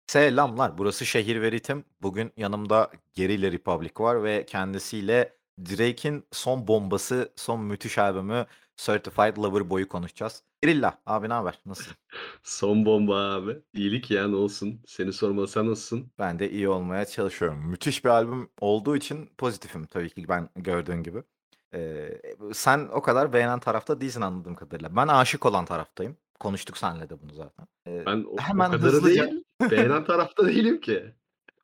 Selamlar, burası Şehir ve Ritim. Bugün yanımda Gerilla Republic var ve kendisiyle Drake'in son bombası, son müthiş albümü Certified Lover Boy'u konuşacağız. Gerilla, abi ne haber? Nasılsın? Son bomba abi. İyilik ya, ne olsun. Seni sormalı, sen nasılsın? Ben de iyi olmaya çalışıyorum. Müthiş bir albüm olduğu için pozitifim tabii ki ben gördüğün gibi. Sen o kadar beğenen tarafta değilsin anladığım kadarıyla. Ben aşık olan taraftayım. Konuştuk seninle de bunu zaten. Ben o Hemen kadarı hızlıca değil, beğenen tarafta değilim ki.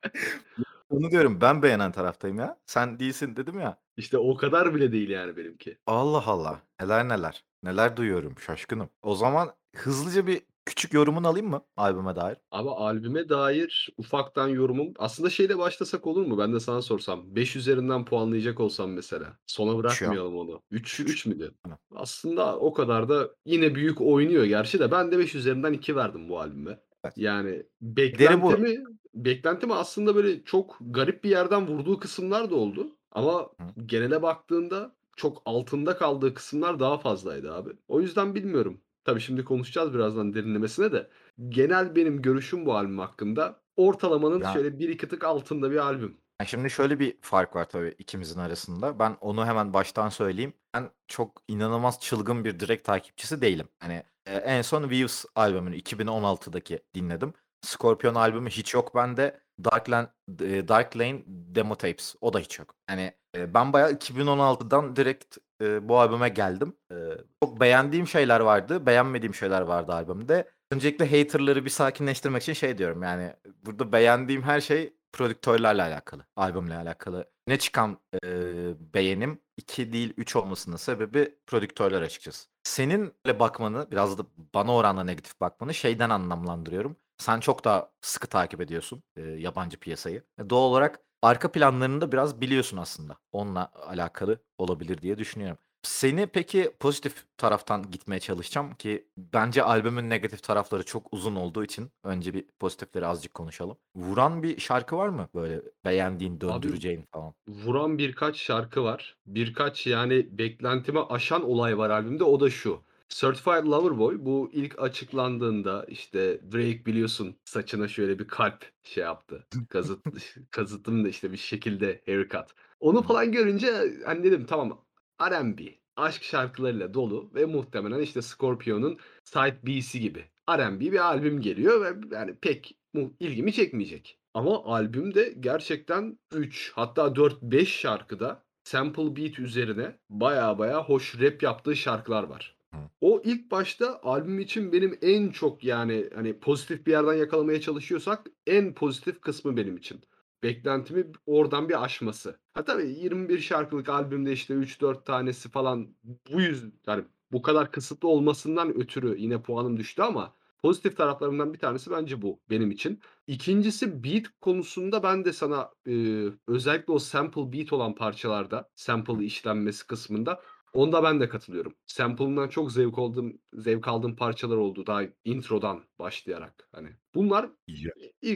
onu diyorum, ben beğenen taraftayım ya. Sen değilsin dedim ya. İşte o kadar bile değil yani benimki. Allah Allah! Neler neler. Neler duyuyorum, şaşkınım. O zaman hızlıca bir küçük yorumunu alayım mı albüme dair? Abi albüme dair ufaktan yorumum aslında şeyle başlasak olur mu? Ben de sana sorsam. 5 üzerinden puanlayacak olsam mesela. Sona Uçuyor. bırakmayalım onu. 3 3-3. 3 müydü? Tamam. Aslında o kadar da yine büyük oynuyor gerçi de ben de 5 üzerinden 2 verdim bu albüme. Evet. Yani Gideri bu. beklentimi aslında böyle çok garip bir yerden vurduğu kısımlar da oldu ama Hı. genele baktığında çok altında kaldığı kısımlar daha fazlaydı abi. O yüzden bilmiyorum. Tabii şimdi konuşacağız birazdan derinlemesine de. Genel benim görüşüm bu albüm hakkında, ortalamanın Ya, şöyle bir iki tık altında bir albüm. şimdi şöyle bir fark var tabii ikimizin arasında. Ben onu hemen baştan söyleyeyim. Ben çok inanılmaz çılgın bir Drake takipçisi değilim. Hani, en son Views albümünü 2016'daki dinledim. Scorpion albümü hiç yok bende. Dark Lane demo tapes o da hiç yok. Hani, ben bayağı 2016'dan direkt, bu albüme geldim. Çok beğendiğim şeyler vardı, beğenmediğim şeyler vardı albümde. Öncelikle hater'ları bir sakinleştirmek için şey diyorum, yani, burada beğendiğim her şey prodüktörlerle alakalı, albümle alakalı. Ne çıkan, beğenim 2 değil 3 olmasının sebebi prodüktörler açıkçası. Senin öyle bakmanı, biraz da bana oranla negatif bakmanı şeyden anlamlandırıyorum. Sen çok daha sıkı takip ediyorsun, yabancı piyasayı. Doğal olarak arka planlarını da biraz biliyorsun aslında. Onunla alakalı olabilir diye düşünüyorum. Seni peki pozitif taraftan gitmeye çalışacağım ki bence albümün negatif tarafları çok uzun olduğu için önce bir pozitifleri azıcık konuşalım. Vuran bir şarkı var mı böyle beğendiğin, Abi döndüreceğin falan? vuran birkaç şarkı var. Birkaç, yani, beklentimi aşan olay var albümde, o da şu: Certified Lover Boy bu ilk açıklandığında, işte, Drake biliyorsun saçına şöyle bir kalp şey yaptı, kazıttım da, işte, bir şekilde haircut. Onu Hı. falan görünce, hani, dedim tamam, R&B, aşk şarkılarıyla dolu ve muhtemelen, işte, Scorpion'un Side B'si gibi R&B bir albüm geliyor ve, yani, pek ilgimi çekmeyecek. Ama albümde gerçekten 3 hatta 4-5 şarkıda sample beat üzerine baya hoş rap yaptığı şarkılar var. Hı. O ilk başta albüm için benim en çok, yani, hani, pozitif bir yerden yakalamaya çalışıyorsak en pozitif kısmı benim için. Beklentimi oradan bir aşması. Ha, tabii 21 şarkılık albümde, işte, 3-4 tanesi falan yani, bu kadar kısıtlı olmasından ötürü yine puanım düştü ama pozitif taraflarından bir tanesi bence bu benim için. İkincisi beat konusunda ben de sana, özellikle o sample beat olan parçalarda, Hı. sample işlenmesi kısmında onda ben de katılıyorum. Sample'ından çok zevk aldığım parçalar oldu daha introdan başlayarak, hani. Bunlar Ya.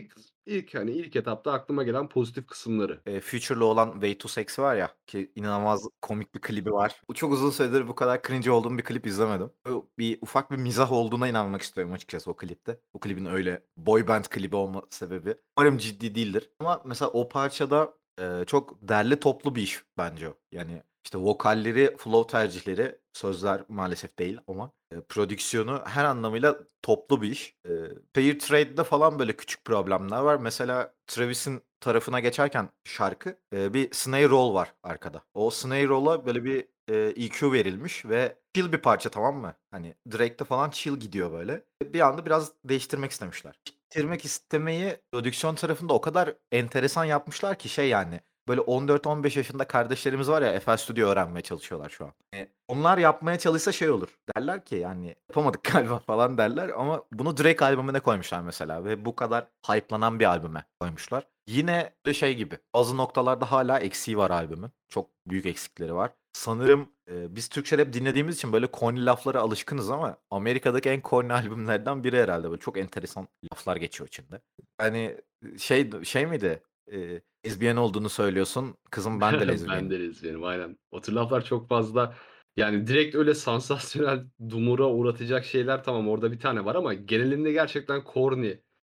ilk etapta aklıma gelen pozitif kısımları. Future'la olan Way Too Sexy var ya ki inanılmaz komik bir klibi var. Bu çok uzun süredir bu kadar cringe olduğum bir klip izlemedim. Bir ufak bir mizah olduğuna inanmak istiyorum açıkçası o klipte. O klibin öyle boy band klibi olma sebebi. Umarım ciddi değildir. Ama mesela o parçada, çok derli toplu bir iş bence o. Yani, işte, vokalleri, flow tercihleri, sözler maalesef değil ama, prodüksiyonu her anlamıyla toplu bir iş. Fair Trade'de falan böyle küçük problemler var. Mesela Travis'in tarafına geçerken şarkı, bir snare roll var arkada. O snare roll'a böyle bir, EQ verilmiş ve chill bir parça, tamam mı? Hani Drake'de falan chill gidiyor böyle. Bir anda biraz değiştirmek istemişler. Değiştirmek istemeyi prodüksiyon tarafında o kadar enteresan yapmışlar ki şey yani, böyle 14-15 yaşında kardeşlerimiz var ya FL Studio öğrenmeye çalışıyorlar şu an. Onlar yapmaya çalışsa şey olur. Derler ki yani yapamadık galiba falan derler ama bunu Drake albümüne koymuşlar mesela ve bu kadar hype'lanan bir albüme koymuşlar. Yine de şey gibi, bazı noktalarda hâlâ eksiği var albümün. Çok büyük eksikleri var. Sanırım, biz Türkçe rap dinlediğimiz için böyle corny laflara alışkınız ama Amerika'daki en corny albümlerden biri herhâlde. Böyle çok enteresan laflar geçiyor içinde. Hani, şey miydi? Lezbiyen olduğunu söylüyorsun. Kızım ben de Ben lezbiyenim. de lezbiyenim, aynen. O tür laflar çok fazla, yani, direkt öyle sansasyonel dumura uğratacak şeyler tamam, orada bir tane var ama genelinde gerçekten corny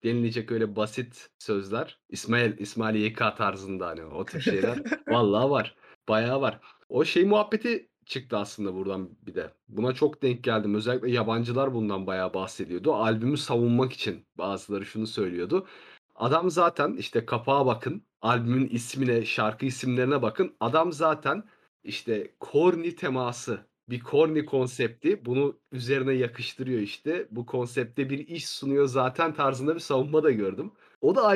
denilecek öyle basit sözler. İsmail YK tarzında hani o tip şeyler vallahi var. Bayağı var. O şey muhabbeti çıktı aslında buradan bir de. Buna çok denk geldim. Özellikle yabancılar bundan bayağı bahsediyordu. Albümü savunmak için bazıları şunu söylüyordu. Adam zaten işte kapağa bakın, albümün ismine, şarkı isimlerine bakın. Adam zaten işte corny teması, bir corny konsepti bunu üzerine yakıştırıyor işte. Bu konsepte bir iş sunuyor zaten tarzında bir savunma da gördüm. O da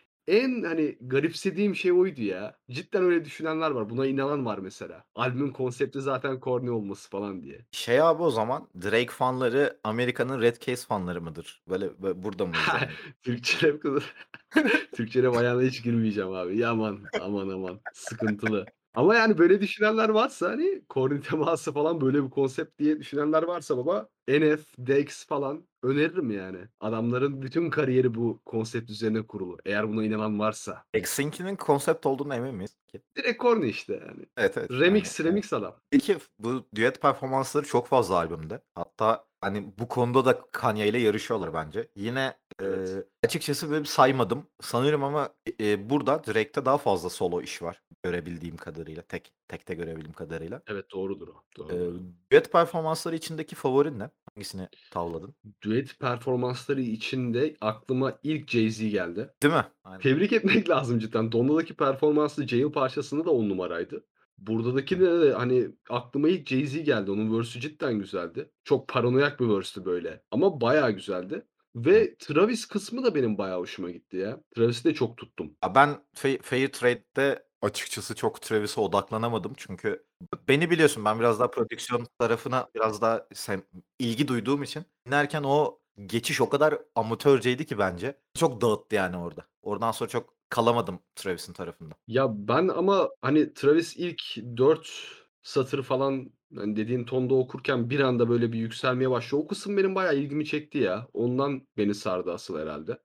en hani garipsediğim şey oydu ya. Cidden öyle düşünenler var. Buna inanan var mesela. Albümün konsepti zaten corny olması falan diye. Şey abi o zaman Drake fanları Amerika'nın Red Case fanları mıdır? Böyle burada mıyız yani? Türkçe rap kılı Türkçe rap ayağına hiç girmeyeceğim abi. Ya aman, aman, aman. Sıkıntılı. Ama yani böyle düşünenler varsa hani corny teması falan böyle bir konsept diye düşünenler varsa baba NF, Dex falan öneririm yani. Adamların bütün kariyeri bu konsept üzerine kurulu. Eğer buna inanan varsa. X'inkinin konsept olduğuna emin miyiz ki? Direkt corny işte yani. Evet, evet. Yani, Remix adam. peki bu düet performansları çok fazla albümde. Hatta, hani, bu konuda da Kanye ile yarışıyorlar bence. Yine, Evet. açıkçası böyle bir saymadım. Sanıyorum ama, burada Drake'te daha fazla solo iş var görebildiğim kadarıyla. Tekte görebildiğim kadarıyla. Evet, doğrudur o. Eee, Doğrudur o. düet performansları içindeki favorin ne? Hangisini tavladın? Düet performansları içinde aklıma ilk Jay-Z geldi. Değil mi? Aynen. Tebrik etmek lazım cidden. Donda'daki performansı Jail parçasında da 10 numaraydı. Hı. Buradakinde de, hani, aklıma ilk Jay-Z geldi. Onun verse'ü cidden güzeldi. Çok paranoyak bir verse'tü böyle ama bayağı güzeldi Hı. ve Travis kısmı da benim bayağı hoşuma gitti ya. Travis'i de çok tuttum. Ya, ben Fair Trade'de açıkçası çok Travis'e odaklanamadım. Çünkü beni biliyorsun, ben biraz daha prodüksiyon tarafına biraz daha ilgi duyduğum için dinlerken o geçiş o kadar amatörceydi ki bence. Çok dağıttı yani orada. Oradan sonra çok kalamadım Travis'in tarafında. Ya, ben ama, hani, Travis ilk 4 satır falan, hani, dediğin tonda okurken bir anda böyle bir yükselmeye başlıyor. O kısım benim bayağı ilgimi çekti ya. Ondan beni sardı asıl herhâlde.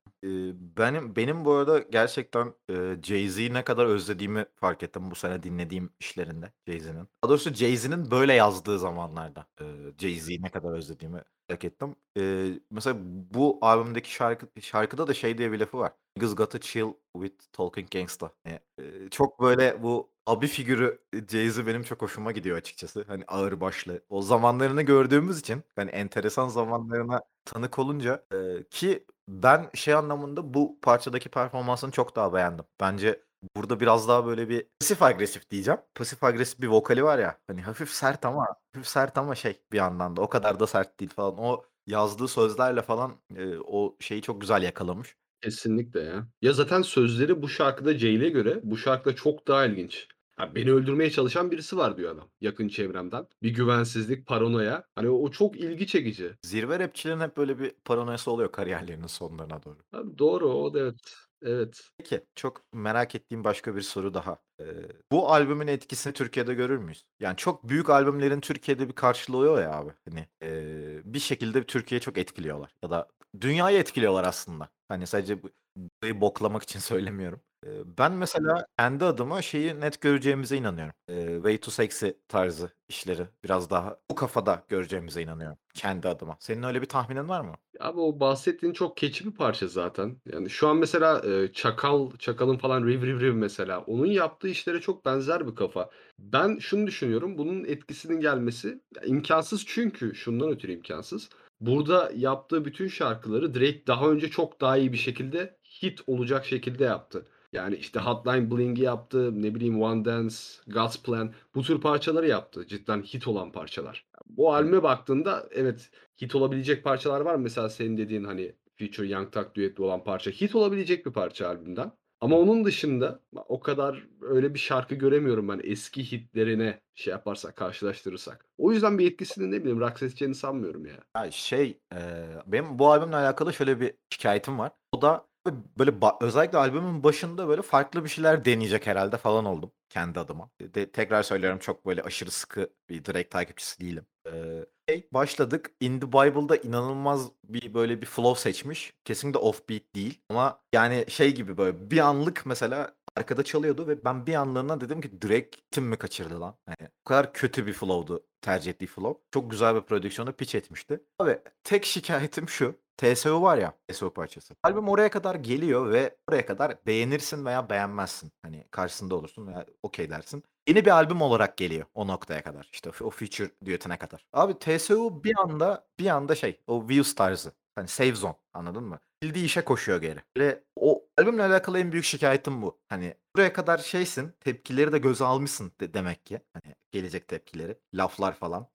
Benim bu arada gerçekten, Jay-Z'yi ne kadar özlediğimi fark ettim bu sene dinlediğim işlerinde Jay-Z'nin. Daha doğrusu Jay-Z'nin böyle yazdığı zamanlarda, Jay-Z'yi ne kadar özlediğimi fark ettim. Mesela bu albümdeki şarkıda da şey diye bir lafı var. "Niggas gotta chill with talking gangsta." Hani, çok böyle bu abi figürü, Jay-Z benim çok hoşuma gidiyor açıkçası. Hani ağırbaşlı. O zamanlarını gördüğümüz için, hani enteresan zamanlarına tanık olunca, ki ben şey anlamında bu parçadaki performansını çok daha beğendim. Bence burada biraz daha böyle bir pasif agresif diyeceğim. Pasif agresif bir vokali var ya, hani hafif sert ama şey bir yandan da o kadar da sert değil falan. O yazdığı sözlerle falan, o şeyi çok güzel yakalamış. Kesinlikle ya. Ya, zaten sözleri bu şarkıda Jail'e göre bu şarkıda çok daha ilginç. "Ya, beni öldürmeye çalışan birisi var." diyor adam yakın çevremden. Bir güvensizlik, paranoya. Hani, o çok ilgi çekici. Zirve rapçilerin hep böyle bir paranoyası oluyor kariyerlerinin sonlarına doğru. Abi, doğru, o da evet. Evet. Peki, çok merak ettiğim başka bir soru daha. Bu albümün etkisini Türkiye'de görür müyüz? Yani çok büyük albümlerin Türkiye'de bir karşılığı oluyor ya abi. Hani, bir şekilde Türkiye'yi çok etkiliyorlar ya da dünyayı etkiliyorlar aslında. Hani sadece burayı boklamak için söylemiyorum. Ben mesela kendi adıma şeyi net göreceğimize inanıyorum. Way Too Sexy tarzı işleri biraz daha bu kafada göreceğimize inanıyorum kendi adıma. Senin öyle bir tahminin var mı? Abi, o bahsettiğin çok catchy bir parça zaten. Yani, şu an mesela, Çakal'ın falan "Riv Riv Riv" mesela, onun yaptığı işlere çok benzer bir kafa. Ben şunu düşünüyorum, bunun etkisinin gelmesi ya imkânsız çünkü şundan ötürü imkânsız. Burada yaptığı bütün şarkıları Drake daha önce çok daha iyi bir şekilde hit olacak şekilde yaptı. Yani, işte, Hotline Bling'i yaptı, ne bileyim, One Dance, God's Plan bu tür parçaları yaptı. Cidden hit olan parçalar. Bu albüme baktığında evet, hit olabilecek parçalar var mı? Mesela senin dediğin, hani, Future, Young Thug düetli olan parça. Hit olabilecek bir parça albümden. Ama onun dışında o kadar öyle bir şarkı göremiyorum ben eski hitlerine şey yaparsak, karşılaştırırsak. O yüzden bir etkisini ne bileyim rock edeceğini sanmıyorum ya. Ya, şey, benim bu albümle alakalı şöyle bir şikâyetim var. O da böyle özellikle albümün başında böyle farklı bir şeyler deneyecek herhâlde falan oldum kendi adıma. Tekrar söylüyorum çok böyle aşırı sıkı bir Drake takipçisi değilim. Başladık. In the Bible'da inanılmaz böyle bir flow seçmiş. Kesinlikle offbeat değil ama yani şey gibi böyle bir anlık mesela arkada çalıyordu ve ben bir anlığına dedim ki Drake kim mi kaçırdı lan? Hani o kadar kötü bir flow'du tercih ettiği flow. Çok güzel bir prodüksiyona pitch etmişti. Abi tek şikayetim şu. TSO var ya, TSO parçası. Albüm oraya kadar geliyor ve oraya kadar beğenirsin veya beğenmezsin. Hani karşısında olursun veya okay dersin. Yeni bir albüm olarak geliyor o noktaya kadar. İşte o feature düetine kadar. Abi TSO bir anda şey, o Views tarzı. Hani Save Zone, anladın mı? Bildiği işe koşuyor geri. Ve o albümle alakalı en büyük şikayetim bu. Hani buraya kadar şeysin, tepkileri de göze almışsın demek ki. Hani gelecek tepkileri, laflar falan.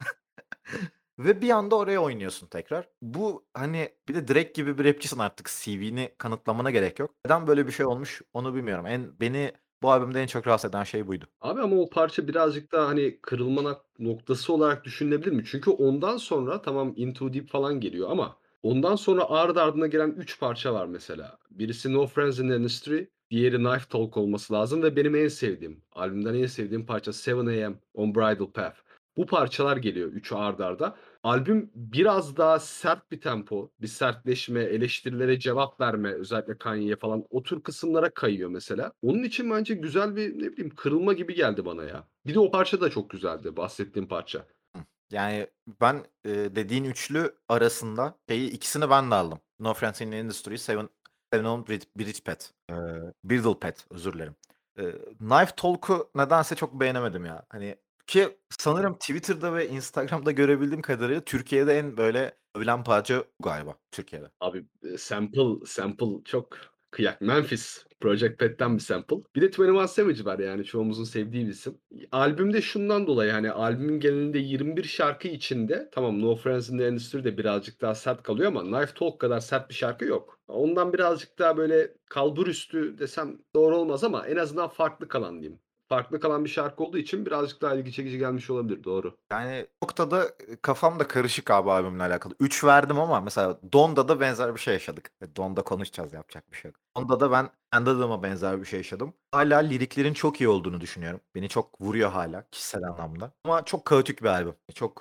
Ve bir anda oraya oynuyorsun tekrar. Bu, hani, bir de Drake gibi bir rapçisin artık. CV'ni kanıtlamana gerek yok. Neden böyle bir şey olmuş onu bilmiyorum. Beni bu albümde en çok rahatsız eden şey buydu. Abi ama o parça birazcık daha, hani, kırılma noktası olarak düşünülebilir mi? Çünkü ondan sonra tamam Into Deep falan geliyor ama ondan sonra ardı ardına gelen 3 parça var mesela. Birisi No Friends in the Industry, diğeri Knife Talk olması lazım ve benim en sevdiğim, albümden en sevdiğim parça 7 AM on Bridal Path. Bu parçalar geliyor üçü art arda. Albüm biraz daha sert bir tempo, bir sertleşme, eleştirilere cevap verme, özellikle Kanye'ye falan o tür kısımlara kayıyor mesela. Onun için bence güzel bir, ne bileyim, kırılma gibi geldi bana ya. Bir de o parça da çok güzeldi, bahsettiğim parça. Hıh. Yani ben, dediğin üçlü arasında ikisini ben de aldım. No Friends in the Industry, Seven on Bridge Path. Bridle Path, özür dilerim. Knife Talk'u nedense çok beğenemedim ya. Hani ki sanırım Twitter'da ve Instagram'da görebildiğim kadarıyla Türkiye'de en böyle övülen parça bu galiba Türkiye'de. Abi, sample çok kıyak. Memphis, Project Pat'ten bir sample. Bir de 21 Savage var yani çoğumuzun sevdiği bir isim. Albümde şundan dolayı, hani, albümün genelinde 21 şarkı içinde tamam No Friends in the Industry de birazcık daha sert kalıyor ama Knife Talk kadar sert bir şarkı yok. Ondan birazcık daha böyle kalburüstü desem doğru olmaz ama en azından farklı kalan diyeyim. Farklı kalan bir şarkı olduğu için birazcık daha ilgi çekici gelmiş olabilir. Doğru. Yani noktada, kafam da karışık abi albümle alakalı. 3 verdim ama mesela Don'da da benzer bir şey yaşadık. Don'da konuşacağız, yapacak bir şey yok. Don'da da ben kendi adıma benzer bir şey yaşadım. Hâlâ liriklerin çok iyi olduğunu düşünüyorum. Beni çok vuruyor hâlâ kişisel anlamda ama çok kaotik bir albüm. Çok,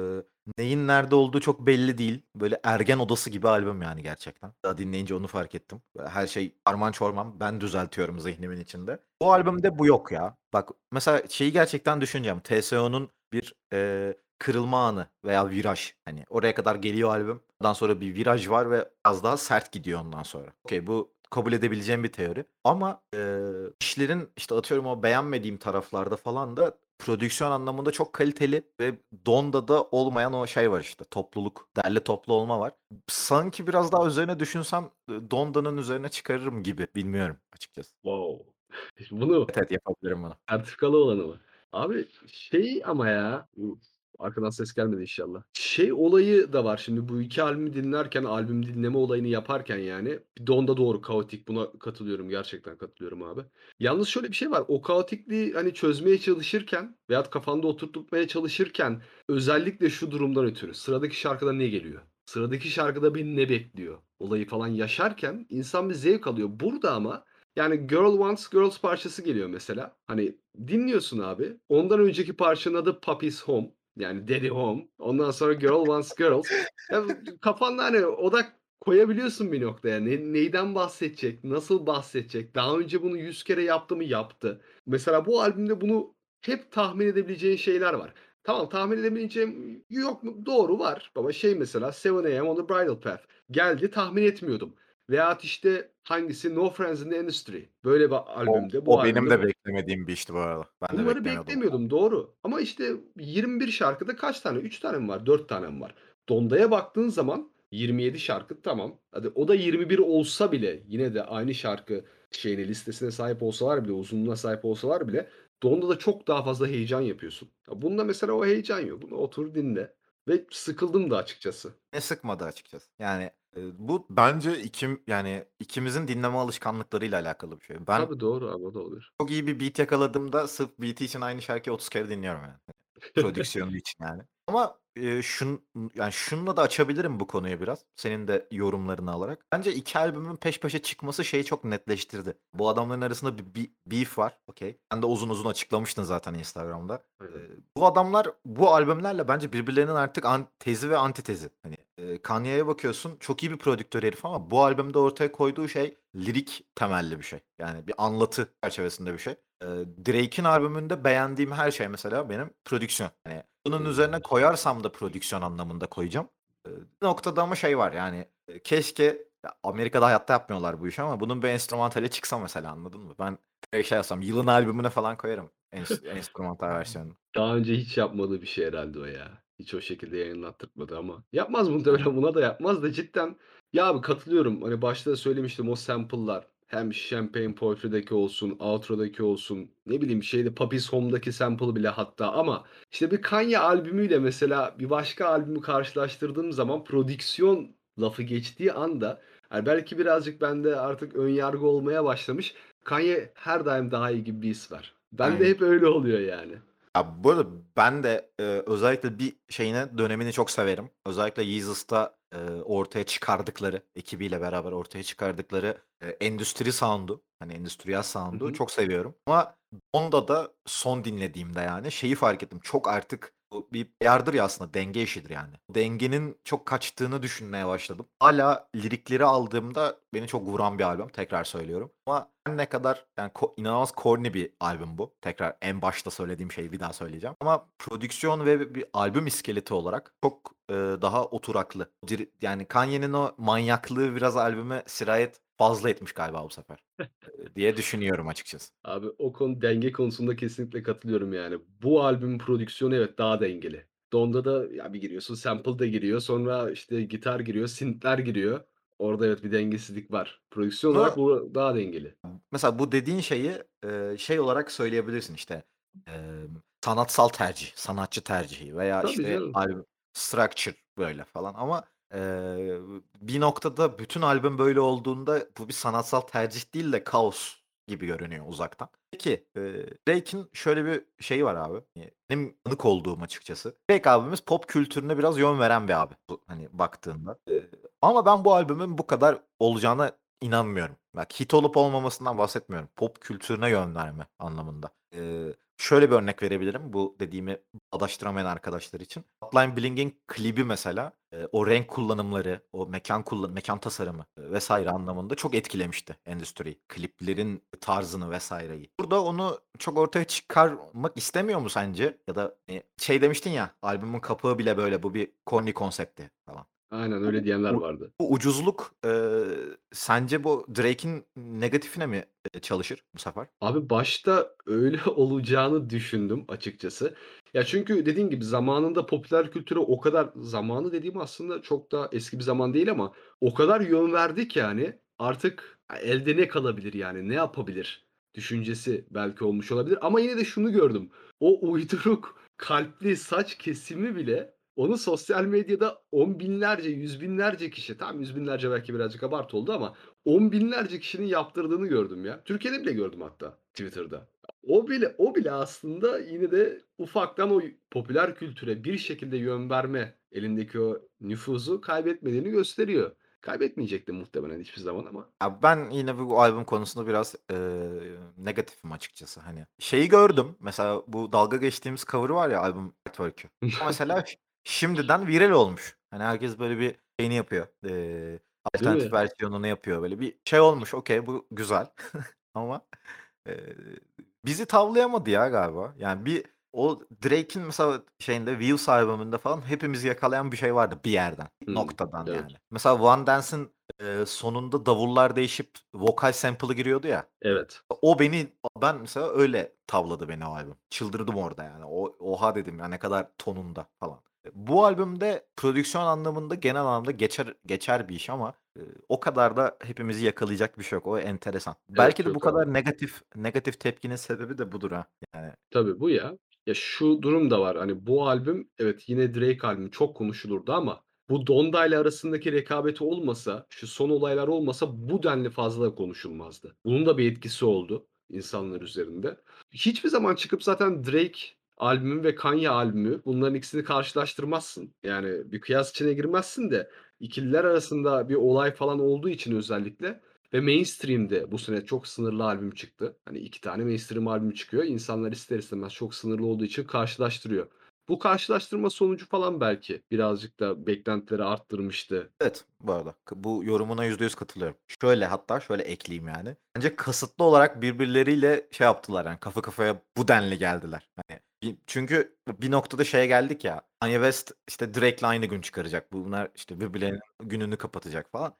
neyin nerede olduğu çok belli değil. Böyle ergen odası gibi albüm yani gerçekten. Daha dinleyince onu fark ettim. Böyle her şey karman çorman, ben düzeltiyorum zihnimin içinde. Bu albümde bu yok ya. Bak mesela şeyi gerçekten düşüneceğim. TSO'nun bir, kırılma anı veya viraj. Hani oraya kadar geliyor albüm. Ondan sonra bir viraj var ve biraz daha sert gidiyor ondan sonra. Okay, bu kabul edebileceğim bir teori. Ama, işlerin, işte, atıyorum o beğenmediğim taraflarda falan da prodüksiyon anlamında çok kaliteli ve Don'da da olmayan o şey var işte, topluluk, derli toplu olma var. Sanki biraz daha üzerine düşünsem, Don'da'nın üzerine çıkarırım gibi. Bilmiyorum açıkçası. Wow! Bunu Evet, evet, yapabilirim bunu. sertifikalı olanı mı? Abi şey ama ya, arkadan ses gelmedi inşallah. Şey olayı da var şimdi bu 2 albümü dinlerken, albüm dinleme olayını yaparken yani, bir de onda doğru kaotik buna katılıyorum, gerçekten katılıyorum abi. Yalnız şöyle bir şey var, o kaotikliği, hani, çözmeye çalışırken veyahut kafanda oturtmaya çalışırken özellikle şu durumdan ötürü, sıradaki şarkıda ne geliyor? Sıradaki şarkıda beni ne bekliyor? Olayı falan yaşarken insan bir zevk alıyor. Burada ama yani Girl Wants Girls parçası geliyor mesela. Hani dinliyorsun abi. Ondan önceki parçanın adı Papi's Home. Yani Daddy Home. Ondan sonra Girl Wants Girls. Ya, kafanda hani odak koyabiliyorsun bir noktaya. Neyden bahsedecek? Nasıl bahsedecek? Daha önce bunu 100 kere yaptı mı? Yaptı. Mesela bu albümde bunu hep tahmin edebileceğin şeyler var. Tamam, tahmin edebileceğim yok mu? Doğru var. Ama şey mesela 7 AM on the Bridal Path. Geldi, tahmin etmiyordum. Veyahut işte hangisi? No Friends in the Industry. Böyle bir O albümde, bu o benim albümde de beklemediğim bir işti bu arada. Ben de bunları beklemiyordum. beklemiyordum, doğru. Ama işte 21 şarkıda kaç tane? 3 tane mi var? 4 tane mi var? Donda'ya baktığın zaman 27 şarkı tamam. Hadi o da 21 olsa bile yine de aynı şarkı şeyine listesine sahip olsalar bile, uzunluğuna sahip olsalar bile Donda'da çok daha fazla heyecan yapıyorsun. Ya bunda mesela o heyecan yok. Bunu otur dinle ve sıkıldım da açıkçası. Beni sıkmadı açıkçası. Yani, bu bence yani ikimizin dinleme alışkanlıklarıyla alakalı bir şey. Ben Tabii doğru abi, o da olur. çok iyi bir beat yakaladığımda sırf beat'i için aynı şarkıyı 30 kere dinliyorum yani. Prodüksiyonu için yani. Ama, yani şununla da açabilirim bu konuyu biraz, senin de yorumlarını alarak. Bence 2 albümün peş peşe çıkması şeyi çok netleştirdi. Bu adamların arasında bir beef var, okay. Sen de uzun uzun açıklamıştın zaten Instagram'da. Aynen. Bu adamlar bu albümlerle bence birbirlerinin artık tezi ve antitezi. Hani, Kanye'ye bakıyorsun, çok iyi bir prodüktör herif ama bu albümde ortaya koyduğu şey lirik temelli bir şey. Yani bir anlatı çerçevesinde bir şey. Drake'in albümünde beğendiğim her şey mesela benim prodüksiyon. Hani bunun üzerine koyarsam da prodüksiyon anlamında koyacağım. Bir noktada ama şey var yani, keşke ya Amerika'da hayatta yapmıyorlar bu işi ama bunun bir enstrümantali çıksa mesela anladın mı? Ben şey yapsam yılın albümüne falan koyarım enstrümantal versiyonunu. Daha önce hiç yapmadığı bir şey herhâlde o ya. Hiç o şekilde yayınlattırmadı ama. Yapmaz Aynen. muhtemelen, buna da yapmaz da cidden. Ya abi katılıyorum. Hani başta da söylemiştim, o sample'lar hem Champagne Poetry'deki olsun, Outro'daki olsun, ne bileyim şeyde Papi's Home'daki sample bile hatta ama işte bir Kanye albümüyle mesela bir başka albümü karşılaştırdığım zaman prodüksiyon lafı geçtiği anda, hani belki birazcık bende artık ön yargı olmaya başlamış. Kanye her daim daha iyi gibi bir his var. Bende Aynen. hep öyle oluyor yani. Ya, bu arada ben de, özellikle bir dönemini çok severim. Özellikle Yeezus ortaya çıkardıkları, ekibiyle beraber ortaya çıkardıkları, endüstri sound'u, hani, endüstriyel Hı sound'u hı. çok seviyorum. Ama onda da son dinlediğimde, yani, şeyi fark ettim. Çok artık bu bir ayardır ya aslında, denge işidir yani. Dengenin çok kaçtığını düşünmeye başladım. Hâlâ lirikleri aldığımda beni çok vuran bir albüm, tekrar söylüyorum. Ama her ne kadar yani inanılmaz corny bir albüm bu. Tekrar en başta söylediğim şeyi bir daha söyleyeceğim. Ama prodüksiyon ve bir albüm iskeleti olarak çok, daha oturaklı. Yani Kanye'nin o manyaklığı biraz albüme sirayet fazla etmiş galiba bu sefer, diye düşünüyorum açıkçası. Abi o konu denge konusunda kesinlikle katılıyorum yani. Bu albümün prodüksiyonu evet daha dengeli. Donda da ya bir giriyorsun sample da giriyor. Sonra işte gitar giriyor, synth'ler giriyor. Orada evet bir dengesizlik var. Prodüksiyon olarak Bunu bu daha dengeli. mesela bu dediğin şeyi, şey olarak söyleyebilirsin, işte, sanatsal tercih, sanatçı tercihi veya, Tabii işte, canım. structure böyle falan ama, bir noktada bütün albüm böyle olduğunda bu bir sanatsal tercih değil de kaos gibi görünüyor uzaktan. Peki, Drake'in şöyle bir şeyi var abi, benim tanık olduğum açıkçası. Drake abimiz pop kültürüne biraz yön veren bir abi bu, hani, baktığında. Ama ben bu albümün bu kadar olacağına İnanmıyorum. Bak hit olup olmamasından bahsetmiyorum. Pop kültürüne yön verme anlamında. Şöyle bir örnek verebilirim bu dediğimi bağdaştıramayan arkadaşlar için. Hotline Bling'in klibi mesela, o renk kullanımları, o mekân tasarımı, vs. anlamında çok etkilemişti endüstriyi. Kliplerin tarzını vs.'yi. Burada onu çok ortaya çıkarmak istemiyor mu sence? Ya da, şey demiştin ya, albümün kapağı bile böyle, bu bir corny konsepti falan. Aynen öyle Bu diyenler u vardı. bu ucuzluk, sence bu Drake'in negatifine mi, çalışır bu sefer? Abi başta öyle olacağını düşündüm açıkçası. Ya, çünkü dediğin gibi zamanında popüler kültüre o kadar zamanı dediğim aslında çok da eski bir zaman değil ama o kadar yön verdi ki hani artık elde ne kalabilir yani, ne yapabilir düşüncesi belki olmuş olabilir ama yine de şunu gördüm. O uyduruk kalpli saç kesimi bile onu sosyal medyada on binlerce, yüz binlerce kişi, tamam yüz binlerce belki birazcık abartı oldu ama on binlerce kişinin yaptırdığını gördüm ya. Türkiye'de bile gördüm hatta Twitter'da. O bile aslında yine de ufaktan o popüler kültüre bir şekilde yön verme, elindeki o nüfuzu kaybetmediğini gösteriyor. Kaybetmeyecekti muhtemelen hiçbir zaman ama. Ya, ben yine bu albüm konusunda biraz, negatifim açıkçası. Hani, şeyi gördüm, mesela bu dalga geçtiğimiz cover var ya albüm artwork'ü. O mesela şimdiden viral olmuş. Hani, herkes böyle bir şeyini yapıyor, Değil alternatif mi? versiyonunu yapıyor. Böyle bir şey olmuş, okay, bu güzel ama, eee, bizi tavlayamadı ya galiba. Yani o Drake'in mesela şeyinde Views albümünde falan hepimizi yakalayan bir şey vardı bir yerden, bir Hımm. noktadan Evet. yani. Mesela One Dance'in sonunda davullar değişip vokal sample'ı giriyordu ya. Evet. Ben mesela öyle tavladı beni o albüm. Çıldırdım orada yani. Oha dedim ya ne kadar tonunda falan. Bu albümde prodüksiyon anlamında genel anlamda geçer bir iş ama, o kadar da hepimizi yakalayacak bir şey yok. O enteresan. Belki Evet, de bu yok abi. kadar negatif tepkinin sebebi de budur ha. Yani Tabii bu ya. Ya, şu durum da var, hani, bu albüm evet, yine Drake albümü çok konuşulurdu ama bu Donda ile arasındaki rekabeti olmasa, şu son olaylar olmasa bu denli fazla konuşulmazdı. Bunun da bir etkisi oldu insanlar üzerinde. Hiçbir zaman çıkıp zaten Drake albümü ve Kanye albümü bunların ikisini karşılaştırmazsın. Yani bir kıyas içine girmezsin de ikililer arasında bir olay falan olduğu için özellikle ve mainstream'de bu sene çok sınırlı albüm çıktı. Hani 2 tane mainstream albüm çıkıyor. İnsanlar ister istemez çok sınırlı olduğu için karşılaştırıyor. Bu karşılaştırma sonucu falan belki birazcık da beklentileri arttırmıştı. evet, bu arada bu yorumuna %100 katılıyorum. Şöyle hatta şöyle ekleyeyim yani. Bence kasıtlı olarak birbirleriyle şey yaptılar yani kafa kafaya bu denli geldiler. Hani Çünkü bir noktada şeye geldik ya, Kanye West, işte, Drake'le aynı gün çıkaracak. Bunlar, işte, birbirlerinin gününü kapatacak falan.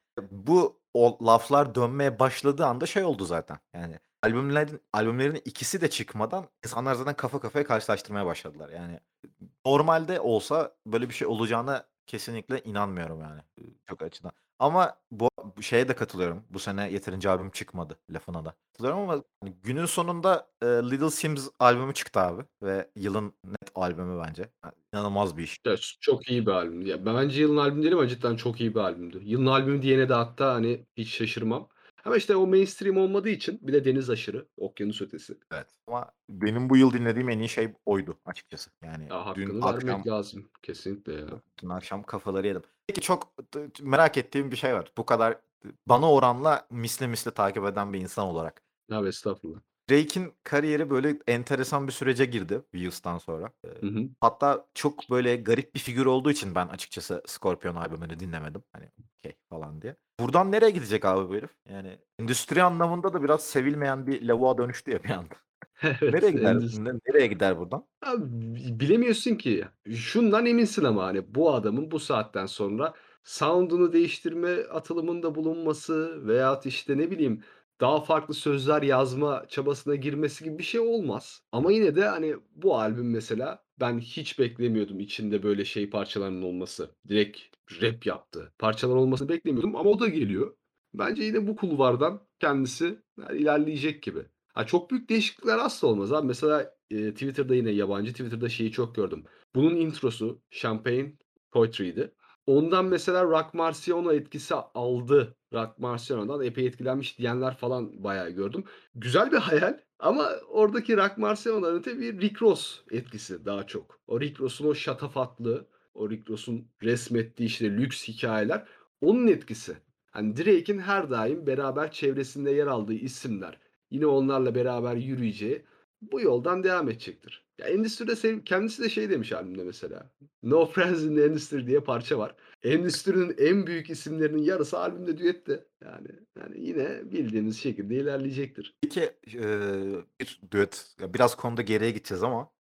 O laflar dönmeye başladığı anda şey oldu zaten, yani, albümlerin ikisi de çıkmadan insanlar zaten kafa kafaya karşılaştırmaya başladılar. Yani, normalde olsa böyle bir şey olacağına kesinlikle inanmıyorum yani, çok açıdan. Ama bu şeye de katılıyorum. Bu sene yeterince albüm çıkmadı lafına da katılıyorum ama hani günün sonunda, Little Sims albümü çıktı abi ve yılın net albümü bence. İnanılmaz bir iş. Ya, çok iyi bir albüm. Ya, bence yılın albümü değil ama cidden çok iyi bir albümdü. Yılın albümü diyene de hatta, hani, hiç şaşırmam. Ama, işte, o mainstream olmadığı için bir de deniz aşırı, okyanus ötesi. Evet. Ama benim bu yıl dinlediğim en iyi şey oydu açıkçası. Yani Ya, dün hakkını vermek akşam lazım. Kesinlikle ya. dün akşam kafaları yedim. Peki çok merak ettiğim bir şey var. Bu kadar bana oranla misli misli takip eden bir insan olarak. Ya, estağfurullah. Drake'in kariyeri böyle enteresan bir sürece girdi Views''tan sonra. Hı hı. Hatta çok böyle garip bir figür olduğu için ben açıkçası Scorpion albümünü dinlemedim. Hani, okay falan diye. Buradan nereye gidecek abi bu herif? Yani endüstri anlamında da biraz sevilmeyen bir lavuğa dönüştü ya bir anda. Nereye Evet, gider? Nereye gider buradan? Abi, bilemiyorsun ki. Şundan eminsin ama, hani, bu adamın bu saatten sonra sound'unu değiştirme atılımında bulunması veyahut, işte, ne bileyim, daha farklı sözler yazma çabasına girmesi gibi bir şey olmaz. Ama yine de, hani, bu albüm mesela ben hiç beklemiyordum içinde böyle şey parçalarının olması. Direkt rap yaptı. Parçalar olmasını beklemiyordum ama o da geliyor. Bence yine bu kulvardan kendisi, ilerleyecek gibi. Ha, çok büyük değişiklikler asla olmaz abi. Mesela, Twitter'da yine yabancı Twitter'da şeyi çok gördüm. Bunun introsu Champagne Poetry'ydi. Ondan mesela Rock Marciano etkisi aldı. Rock Marciano'dan epey etkilenmiş diyenler falan bayağı gördüm. Güzel bir hayal ama oradaki Rock Marciano'dan öte bir Rick Ross etkisi daha çok. O Rick Ross'un o şatafatlı, o Rick Ross'un resmettiği işte lüks hikayeler onun etkisi. Hani Drake'in her daim beraber çevresinde yer aldığı isimler, yine onlarla beraber yürüyeceği bu yoldan devam edecektir. Ya endüstride kendisi de şey demiş albümde mesela. No Friends in the Industry diye parça var. Endüstrinin en büyük isimlerinin yarısı albümde düette. Yani yine bildiğimiz şekilde ilerleyecektir. Peki, bir düet ya biraz konuda geriye gideceğiz ama,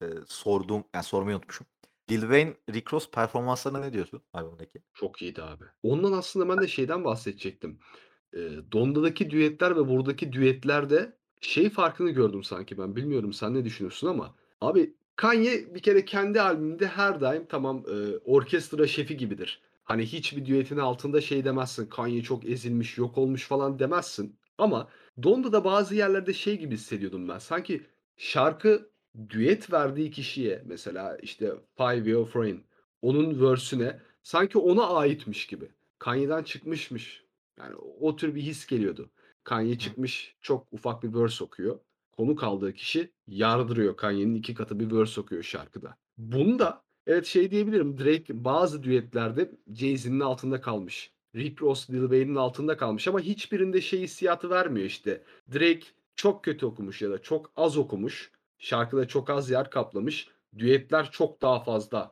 sormayı unutmuşum. Lil Wayne, Rick Ross performanslarına ne diyorsun albümdeki? Çok iyiydi abi. Ondan aslında ben de şeyden bahsedecektim. Donda'daki düetler ve buradaki düetlerde şey farkını gördüm sanki ben. Bilmiyorum sen ne düşünüyorsun ama abi Kanye bir kere kendi albümünde her daim tamam, orkestra şefi gibidir. Hani hiçbir düetin altında şey demezsin, Kanye çok ezilmiş, yok olmuş falan demezsin. Ama Donda'da bazı yerlerde şey gibi hissediyordum ben. Sanki şarkı düet verdiği kişiye mesela işte Five Year Friend onun verse'üne sanki ona aitmiş gibi. Kanye'den çıkmışmış. Yani o tür bir his geliyordu. Kanye Hı. çıkmış, çok ufak bir verse okuyor. Konuk aldığı kişi yardırıyor. Kanye'nin 2 katı bir verse okuyor şarkıda. Bunda evet şey diyebilirim. Drake bazı düetlerde Jay-Z'nin altında kalmış. Rick Ross, Lil Wayne'in altında kalmış ama hiçbirinde şey hissiyatı vermiyor işte. Drake çok kötü okumuş ya da çok az okumuş. Şarkıda çok az yer kaplamış. Düetler çok daha fazla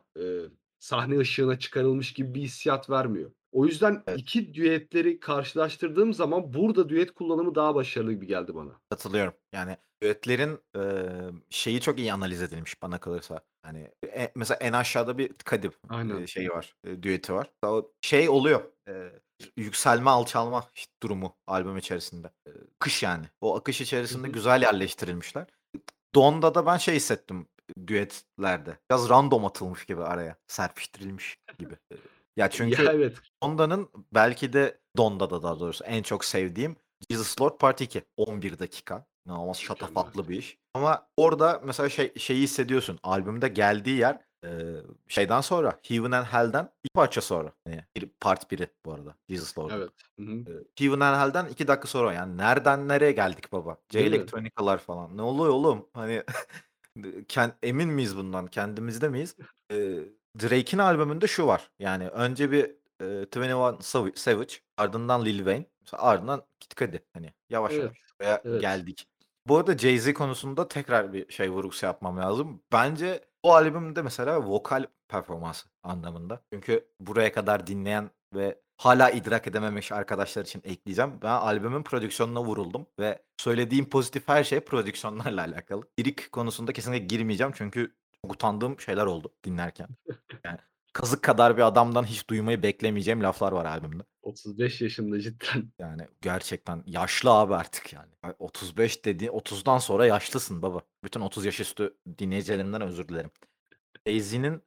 sahne ışığına çıkarılmış gibi bir hissiyat vermiyor. O yüzden Evet. 2 düetleri karşılaştırdığım zaman burada düet kullanımı daha başarılı gibi geldi bana. Katılıyorum. Yani düetlerin, şeyi çok iyi analiz edilmiş bana kalırsa. Hani, mesela en aşağıda bir Kadim, Aynen. şeyi var, düeti var. O şey oluyor, yükselme, alçalma durumu albüm içerisinde. Akış yani. O akış Hı içerisinde hı. güzel yerleştirilmişler. Don'da da ben şey hissettim düetlerde. Biraz random atılmış gibi araya, serpiştirilmiş gibi. Ya Ya, çünkü evet. Don'da'nın belki de Don'da da daha doğrusu en çok sevdiğim Jesus Lord Part 2. 11 dakika. İnanılmaz Mükemmel. şatafatlı bir iş. Ama orada mesela şeyi hissediyorsun. Albümde geldiği yer, şeyden sonra, Heaven and Hell'den 2 parça sonra. Hani Part 1'i bu arada Jesus Lord'un. Evet. Hı hı. Heaven and Hell'den 2 dakika sonra. Yani nereden nereye geldik baba? Değil mi? J-Electronica'lar falan. Ne oluyor oğlum? Hani emin miyiz bundan? Kendimizde miyiz? Drake'in albümünde şu var. Yani önce bir, 21 Savage, ardından Lil Wayne, mesela ardından Kid Cudi. Hani yavaş Evet. yavaş buraya Evet. geldik. Bu arada Jay-Z konusunda tekrar bir şey vurgusu yapmam lazım. Bence bu albümde mesela vokal performansı anlamında. Çünkü buraya kadar dinleyen ve hâlâ idrak edememiş arkadaşlar için ekleyeceğim. Ben albümün prodüksiyonuna vuruldum ve söylediğim pozitif her şey prodüksiyonlarla alakalı. Lirik konusunda kesinlikle girmeyeceğim çünkü Çok utandığım şeyler oldu dinlerken. Yani kazık kadar bir adamdan hiç duymayı beklemeyeceğim laflar var albümde. 35 yaşında cidden. Yani gerçekten yaşlı abi artık yani. 35 dedi 30'dan sonra yaşlısın baba. Bütün 30 yaş üstü dinleyicilerimden özür dilerim. Jay-Z'nin,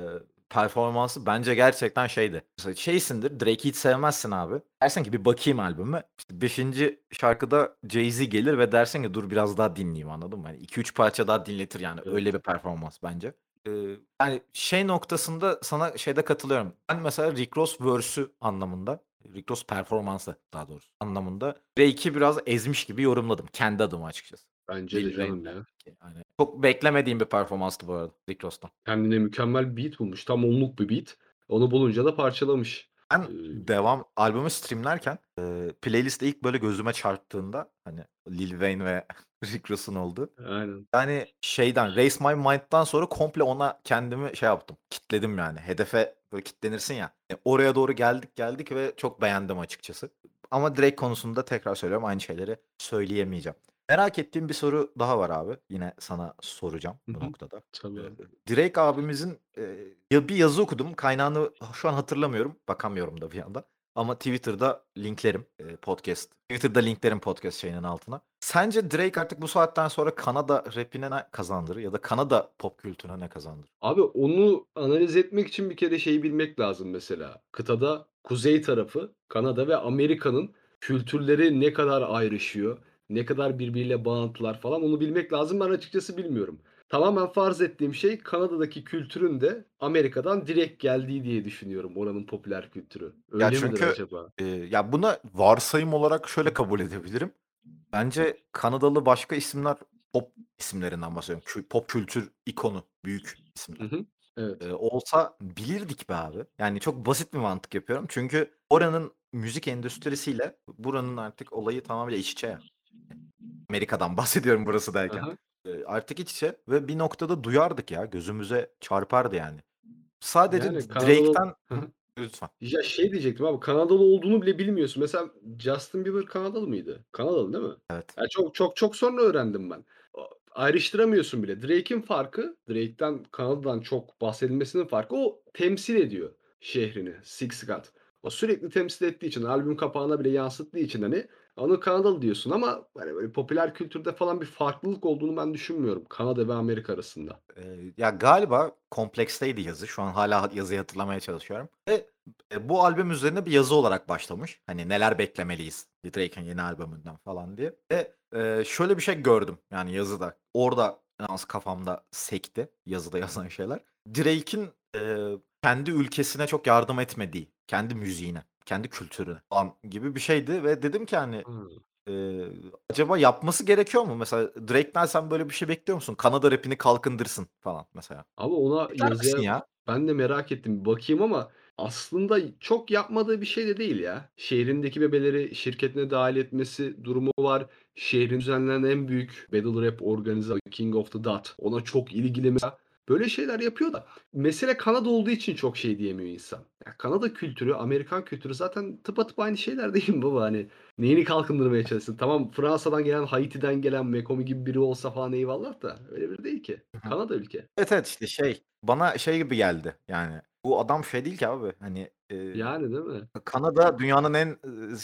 performansı bence gerçekten şeydi. Mesela şeysindir, Drake'i hiç sevmezsin abi. Dersin ki bir bakayım albüme. İşte 5. şarkıda Jay-Z gelir ve dersin ki dur biraz daha dinleyeyim, anladın mı? Hani 2-3 parça daha dinletir yani. Öyle Evet. bir performans bence. Yani şey noktasında sana şeyde katılıyorum. Ben mesela Rick Ross verse'ü anlamında, Rick Ross performansı daha doğrusu anlamında Drake'i biraz ezmiş gibi yorumladım kendi adıma açıkçası. Bence de Lil canım Wayne'le ya. ki hani çok beklemediğim bir performanstı bu arada Rick Ross'tan. Kendine mükemmel bir beat bulmuş. Tam onluk bir beat. Onu bulunca da parçalamış. Ben Eee, albümü streamlerken, playlist'te ilk böyle gözüme çarptığında, hani, Lil Wayne ve Rick Ross'un olduğu, aynen. yani, şeyden, Raise My Mind'dan sonra komple ona kendimi şey yaptım, kitledim yani. Hedefe böyle kitlenirsin ya, oraya doğru geldik ve çok beğendim açıkçası. Ama Drake konusunda tekrar söylüyorum, aynı şeyleri söyleyemeyeceğim. Merak ettiğim bir soru daha var abi. Yine sana soracağım Hı bu hı. noktada. Tabii abi. Drake abimizin, ya bir yazı okudum. Kaynağını şu an hatırlamıyorum. Bakamıyorum da bir yandan. Ama Twitter'da linklerim, podcast. Twitter'da linklerim podcast şeyinin altına. Sence Drake artık bu saatten sonra Kanada rap'ine ne kazandırır ya da Kanada pop kültürüne ne kazandırır? Abi onu analiz etmek için bir kere şeyi bilmek lazım mesela. Kıtada kuzey tarafı, Kanada ve Amerika'nın kültürleri ne kadar ayrışıyor, ne kadar birbiriyle bağlantılar falan onu bilmek lazım. Ben açıkçası bilmiyorum. Tamamen farz ettiğim şey Kanada'daki kültürün de Amerika'dan direkt geldiği diye düşünüyorum oranın popüler kültürü. Ya, Öyle midir çünkü, acaba? ya, buna varsayım olarak şöyle kabul edebilirim. Bence Kanadalı başka isimler pop isimlerinden bahsediyorum. Pop kültür ikonu, büyük Hı isimler. hı. Evet. Olsa bilirdik be abi. Yani çok basit bir mantık yapıyorum. Çünkü oranın müzik endüstrisiyle buranın artık olayı tamamıyla iç içe ya. Amerika'dan bahsediyorum burası derken. Hı. Artık iç içe ve bir noktada duyardık ya, gözümüze çarpardı yani. Sadece Yani Kanadalı Drake'ten Hı hı. Lütfen. Ya, şey diyecektim abi, Kanadalı olduğunu bile bilmiyorsun. Mesela Justin Bieber Kanadalı mıydı? Kanadalı değil mi? Evet. Ya, çok çok çok sonra öğrendim ben. Ayrıştıramıyorsun bile. Drake'in farkı, Drake'den, Kanada'dan çok bahsedilmesinin farkı o temsil ediyor şehrini, Six God. O sürekli temsil ettiği için, albüm kapağına bile yansıttığı için, hani, ona Kanadalı diyorsun ama, hani, böyle popüler kültürde falan bir farklılık olduğunu ben düşünmüyorum Kanada ve Amerika arasında. Ya, galiba Komplex'teydi yazı. Şu an hâlâ yazıyı hatırlamaya çalışıyorum ve, bu albüm üzerine bir yazı olarak başlamış. Hani, neler beklemeliyiz Drake'in yeni albümünden falan diye ve, şöyle bir şey gördüm, yani, yazıda. Orada nedense kafamda sekti yazıda yazan şeyler. Drake'in, kendi ülkesine çok yardım etmediği, kendi müziğine, kendi kültürüne falan gibi bir şeydi ve dedim ki, hani, Hıı. Eee, acaba yapması gerekiyor mu? Mesela Drake'den sen böyle bir şey bekliyor musun? Kanada rap'ini kalkındırsın falan mesela. Abi ona Bekler misin yazıya ya? ben de merak ettim. Bir bakayım ama aslında çok yapmadığı bir şey de değil ya. Şehrindeki bebeleri şirketine dâhil etmesi durumu var. Şehrin düzenlenen en büyük battle rap organizasyonu King of the Dot. Ona çok ilgili mesela. Böyle şeyler yapıyor da mesele Kanada olduğu için çok şey diyemiyor insan. Ya Kanada kültürü, Amerikan kültürü zaten tıpatıp aynı şeyler değil mi baba? Hani neyini kalkındırmaya çalışsın? Tamam Fransa'dan gelen, Haiti'den gelen Mekomi gibi biri olsa falan eyvallah da öyle biri değil ki. Hı hı. Kanada ülke. Evet, evet, işte şey, bana şey gibi geldi yani, bu adam şey değil ki abi, hani, Yani, değil mi? Kanada dünyanın en,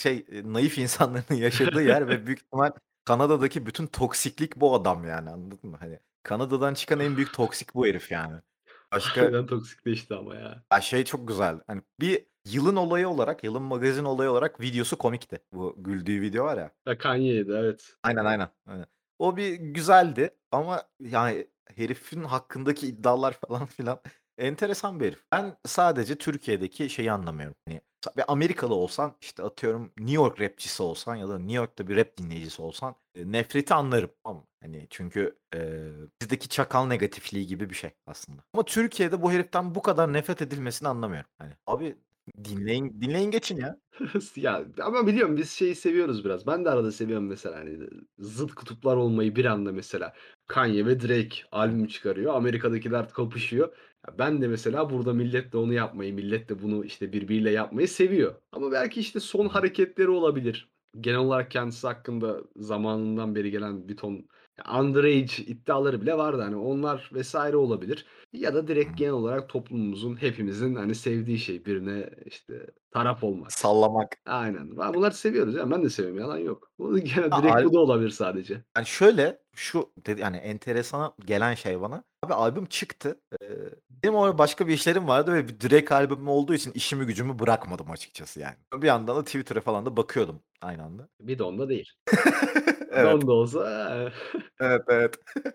naif insanların yaşadığı yer ve büyük ihtimal Kanada'daki bütün toksiklik bu adam yani, anladın mı? Hani, Kanada'dan çıkan en büyük toksik bu herif yani. Başka Harbiden toksikleşti ama ya. Ya, şey çok güzel, hani, bir yılın olayı olarak, yılın magazin olayı olarak videosu komikti. Bu güldüğü video var ya. Ha, Kanye'ydi, evet. Aynen, aynen, aynen. O bir güzeldi ama yani herifin hakkındaki iddialar falan filan enteresan bir herif. Ben sadece Türkiye'deki şeyi anlamıyorum. Hani, bir Amerikalı olsan, işte, atıyorum New York rapçisi olsan ya da New York'ta bir rap dinleyicisi olsan, nefreti anlarım, tamam mı? Hani, çünkü, bizdeki çakal negatifliği gibi bir şey aslında. Ama Türkiye'de bu heriften bu kadar nefret edilmesini anlamıyorum. Hani, abi dinleyin geçin ya. Ya, ama biliyorum biz şeyi seviyoruz biraz. Ben de arada seviyorum mesela, hani, zıt kutuplar olmayı bir anda mesela. Kanye ve Drake Aynen. albüm çıkarıyor. Amerika'dakiler kapışıyor. Ya, ben de mesela burada millet de onu yapmayı, millet de bunu, işte, birbiriyle yapmayı seviyor. Ama belki, işte, son Hı hı. hareketleri olabilir. Genel olarak kendisi hakkında zamanından beri gelen bir ton underage iddiaları bile vardı. Hani onlar vesaire olabilir ya da Hı direkt hı. genel olarak toplumumuzun, hepimizin, hani, sevdiği şey, birine, işte, taraf olmak. Sallamak. Aynen. Bunları seviyoruz ya. Ben de seviyorum, yalan yok. Bu gene Ha, direkt bu da olabilir sadece. yani, şöyle, şu dedi yani enteresan gelen şey bana, abi albüm çıktı. Benim orada başka bir işlerim vardı ve bir Drake albümü olduğu için işimi gücümü bırakmadım açıkçası yani. Bir yandan da Twitter'a falan da bakıyordum aynı anda. Bir de onda değil. Evet, Don da olsa evet, evet.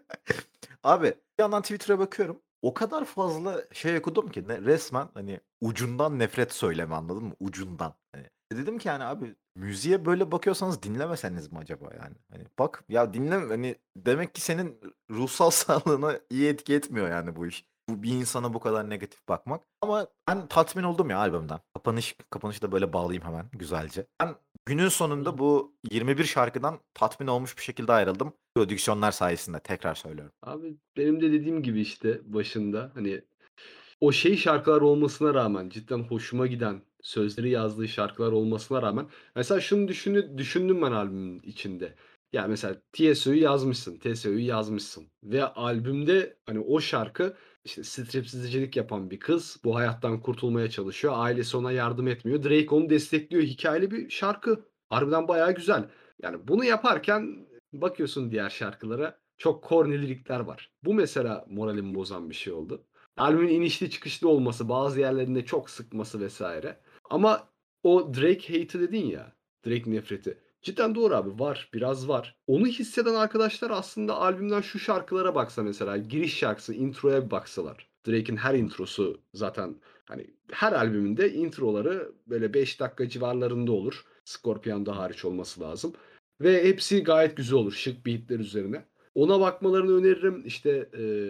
Abi, bir yandan Twitter'a bakıyorum. O kadar fazla şey okudum ki resmen, hani, ucundan nefret söylemi, anladın mı? Ucundan. Hani, dedim ki, yani, abi müziğe böyle bakıyorsanız dinlemeseniz mi acaba yani? Hani, bak ya hani, demek ki senin ruhsal sağlığına iyi etki etmiyor yani bu iş. Bir insana bu kadar negatif bakmak. Ama ben tatmin oldum ya albümden. Kapanışı da böyle bağlayayım hemen güzelce. Ben günün sonunda bu 21 şarkıdan tatmin olmuş bir şekilde ayrıldım. Prodüksiyonlar sayesinde tekrar söylüyorum. Abi benim de dediğim gibi işte başında, hani, o şey şarkılar olmasına rağmen, cidden hoşuma giden, sözleri yazdığı şarkılar olmasına rağmen mesela şunu düşündüm ben albümün içinde. Ya, mesela TSO'yu yazmışsın, TSO'yu yazmışsın ve albümde, hani, o şarkı, işte, stripsizcilik yapan bir kız bu hayattan kurtulmaya çalışıyor. Ailesi ona yardım etmiyor. Drake onu destekliyor. Hikâyeli bir şarkı. Harbiden bayağı güzel. Yani, bunu yaparken bakıyorsun diğer şarkılara, çok corny lirikler var. Bu mesela moralimi bozan bir şey oldu. Albümün inişli çıkışlı olması, bazı yerlerinde çok sıkması vs. Ama o Drake hate'ı dedin ya, Drake nefreti. Cidden doğru abi, var, biraz var. Onu hisseden arkadaşlar aslında albümden şu şarkılara baksa mesela, giriş şarkısı, introya bir baksalar. Drake'in her introsu zaten, hani, her albümünde introları böyle 5 dakika civarlarında olur. Scorpion'da hariç olması lazım ve hepsi gayet güzel olur, şık beat'ler üzerine. Ona bakmalarını öneririm. İşte,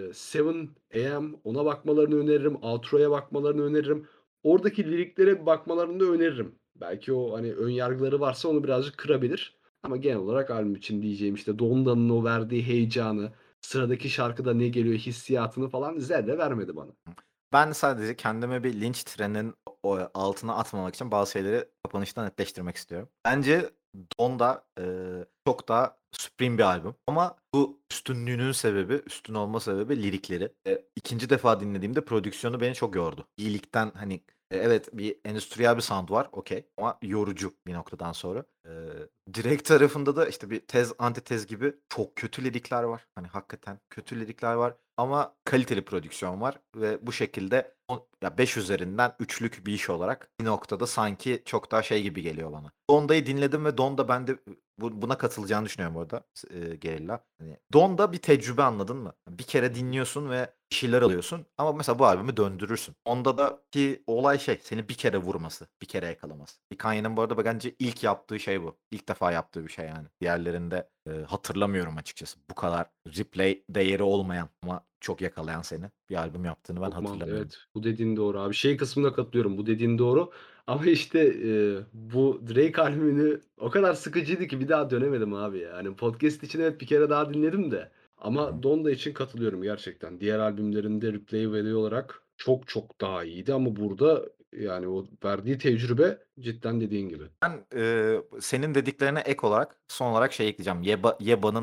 7 AM ona bakmalarını öneririm. Outro'ya bakmalarını öneririm. Oradaki liriklere bir bakmalarını da öneririm. Belki o, hani, ön yargıları varsa onu birazcık kırabilir ama genel olarak albüm için diyeceğim, işte, Donda'nın o verdiği heyecanı, sıradaki şarkıda ne geliyor hissiyatını falan zerre vermedi bana. Ben sadece kendime bir linç treninin altına atmamak için bazı şeyleri kapanışta netleştirmek istiyorum. Bence Donda, çok daha supreme bir albüm ama bu üstünlüğünün sebebi, üstün olma sebebi lirikleri. 2'nci defa dinlediğimde prodüksiyonu beni çok yordu. İyilikten, hani, evet bir endüstriyel bir sound var, okay, ama yorucu bir noktadan sonra. Drake tarafında da, işte, bir tez, antitez gibi çok kötü lirikler var. Hani, hakikaten kötü lirikler var ama kaliteli prodüksiyon var ve bu şekilde ya 5 üzerinden 3'lük bir iş olarak bir noktada sanki çok daha şey gibi geliyor bana. Donda'yı dinledim ve Donda bende buna katılacağını düşünüyorum bu arada Gerilla. Hani Donda bir tecrübe, anladın mı? Bir kere dinliyorsun ve bir şeyler alıyorsun ama mesela bu albümü döndürürsün. Onda'daki olay şey, seni bir kere vurması, bir kere yakalaması. Kanye'nin bu arada bence ilk yaptığı şey bu. İlk defa yaptığı bir şey yani. Diğerlerinde hatırlamıyorum açıkçası. Bu kadar replay değeri olmayan ama çok yakalayan seni bir albüm yaptığını ben Çok mantıklı, hatırlamıyorum. evet. Bu dediğin doğru abi. Şey kısmına katılıyorum. Bu dediğin doğru ama işte, bu Drake albümünü o kadar sıkıcıydı ki bir daha dönemedim abi ya. Hani podcast için evet bir kere daha dinledim de Hı hı. ama Donda için katılıyorum gerçekten. Diğer albümlerinde replay value olarak çok çok daha iyiydi ama burada yani o verdiği tecrübe cidden dediğin gibi. Ben, senin dediklerine ek olarak son olarak şey ekleyeceğim. Yeba'nın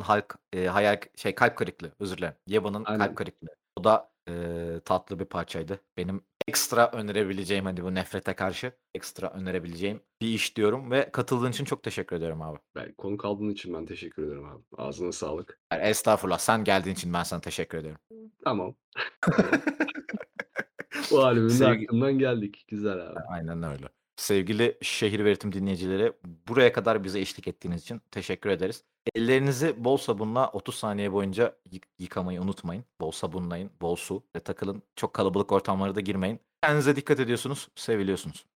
kalp kırıklığı, özür dilerim. Yeba'nın kalp Aynen. kırıklığı. O da, tatlı bir parçaydı. Benim ekstra önerebileceğim, hani, bu nefrete karşı ekstra önerebileceğim bir iş diyorum ve katıldığın için çok teşekkür ediyorum abi. Konuk aldığın için ben teşekkür ederim abi. Ağzına sağlık. Estağfurullah. Sen geldiğin için ben sana teşekkür ediyorum. Tamam, tamam. Bu albümün de Sevgi hakkından geldik. Güzel abi. Aynen öyle. Sevgili Şehir ve Ritim dinleyicileri, buraya kadar bize eşlik ettiğiniz için teşekkür ederiz. Ellerinizi bol sabunla 30 saniye boyunca yıkamayı unutmayın. Bol sabunlayın, bol su ve takılın. Çok kalabalık ortamlara da girmeyin. Kendinize dikkat ediyorsunuz, seviliyorsunuz.